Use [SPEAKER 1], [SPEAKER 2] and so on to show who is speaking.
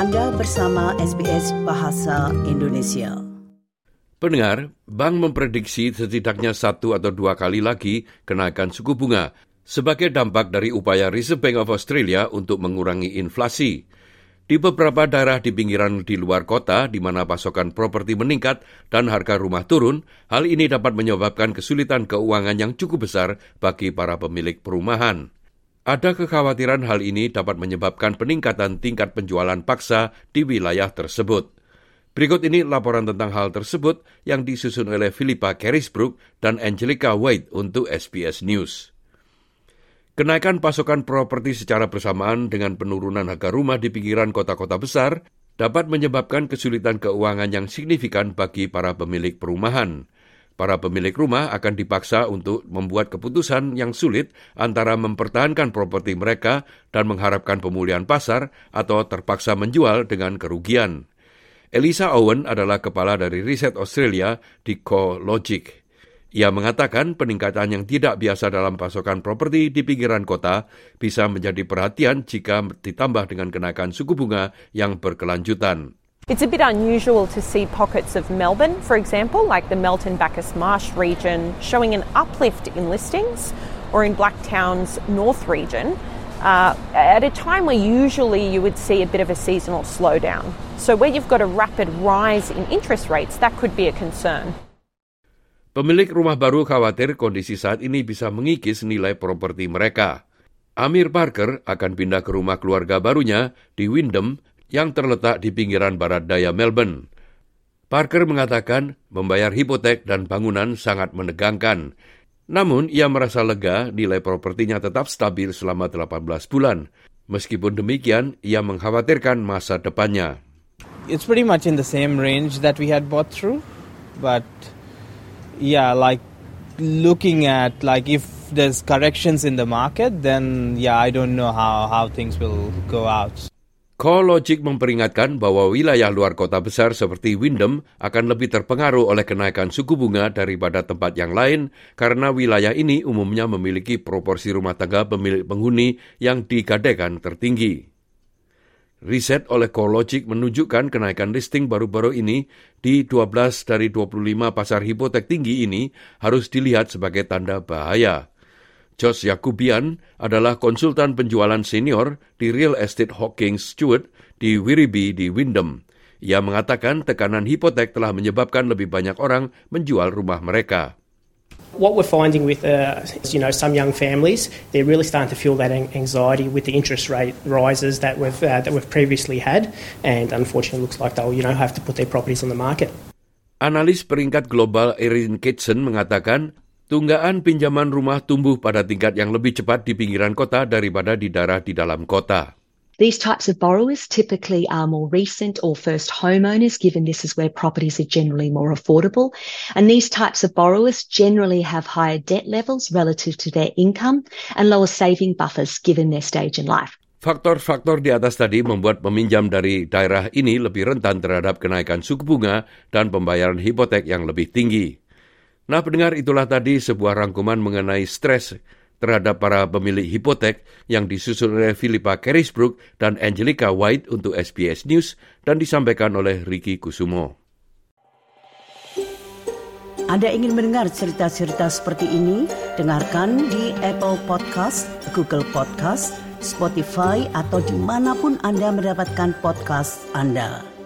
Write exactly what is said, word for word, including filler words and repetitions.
[SPEAKER 1] Anda bersama S B S Bahasa Indonesia.
[SPEAKER 2] Pendengar, bank memprediksi setidaknya satu atau dua kali lagi kenaikan suku bunga sebagai dampak dari upaya Reserve Bank of Australia untuk mengurangi inflasi. Di beberapa daerah di pinggiran di luar kota di mana pasokan properti meningkat dan harga rumah turun, hal ini dapat menyebabkan kesulitan keuangan yang cukup besar bagi para pemilik perumahan. Ada kekhawatiran hal ini dapat menyebabkan peningkatan tingkat penjualan paksa di wilayah tersebut. Berikut ini laporan tentang hal tersebut yang disusun oleh Philippa Carisbrook dan Angelica White untuk S B S News. Kenaikan pasokan properti secara bersamaan dengan penurunan harga rumah di pinggiran kota-kota besar dapat menyebabkan kesulitan keuangan yang signifikan bagi para pemilik perumahan. Para pemilik rumah akan dipaksa untuk membuat keputusan yang sulit antara mempertahankan properti mereka dan mengharapkan pemulihan pasar atau terpaksa menjual dengan kerugian. Elisa Owen adalah kepala dari riset Australia di CoreLogic. Ia mengatakan peningkatan yang tidak biasa dalam pasokan properti di pinggiran kota bisa menjadi perhatian jika ditambah dengan kenaikan suku bunga yang berkelanjutan.
[SPEAKER 3] It's a bit unusual to see pockets of Melbourne, for example, like the Melton-Bacchus Marsh region, showing an uplift in listings, or in Blacktown's North region, uh, at a time where usually you would see a bit of a seasonal slowdown. So where you've got a rapid rise in interest rates, that could be a concern.
[SPEAKER 2] Pemilik rumah baru khawatir kondisi saat ini bisa mengikis nilai properti mereka. Amir Parker akan pindah ke rumah keluarga barunya di Wyndham yang terletak di pinggiran barat daya Melbourne. Parker mengatakan membayar hipotek dan bangunan sangat menegangkan. Namun, ia merasa lega nilai propertinya tetap stabil selama delapan belas bulan. Meskipun demikian, ia mengkhawatirkan masa depannya.
[SPEAKER 4] It's pretty much in the same range that we had bought through, but yeah, like looking at like if there's corrections in the market, then yeah, I don't know how how things will go out.
[SPEAKER 2] CoreLogic memperingatkan bahwa wilayah luar kota besar seperti Wyndham akan lebih terpengaruh oleh kenaikan suku bunga daripada tempat yang lain karena wilayah ini umumnya memiliki proporsi rumah tangga pemilik penghuni yang digadaikan tertinggi. Riset oleh CoreLogic menunjukkan kenaikan listing baru-baru ini di dua belas dari dua puluh lima pasar hipotek tinggi ini harus dilihat sebagai tanda bahaya. Josh Yakubian adalah konsultan penjualan senior di Real Estate Hawkins Stewart di Werribee di Wyndham. Ia mengatakan tekanan hipotek telah menyebabkan lebih banyak orang menjual rumah mereka.
[SPEAKER 5] What we're finding with, uh, you know, some young families, they're really starting to feel that anxiety with the interest rate rises that we've uh, that we've previously had, and unfortunately, looks like they'll, you know, have to put their properties on the market.
[SPEAKER 2] Analis peringkat global Erin Kitson mengatakan tunggaan pinjaman rumah tumbuh pada tingkat yang lebih cepat di pinggiran kota daripada di daerah di dalam kota.
[SPEAKER 6] These types of borrowers typically are more recent or first homeowners, given this is where properties are generally more affordable. And these types of borrowers generally have higher debt levels relative to their income and lower saving buffers given their stage in life.
[SPEAKER 2] Faktor-faktor di atas tadi membuat peminjam dari daerah ini lebih rentan terhadap kenaikan suku bunga dan pembayaran hipotek yang lebih tinggi. Nah, pendengar, itulah tadi sebuah rangkuman mengenai stres terhadap para pemilik hipotek yang disusun oleh Philippa Carisbrook dan Angelica White untuk S B S News dan disampaikan oleh Ricky Kusumo.
[SPEAKER 1] Anda ingin mendengar cerita-cerita seperti ini? Dengarkan di Apple Podcast, Google Podcast, Spotify, atau dimanapun Anda mendapatkan podcast Anda.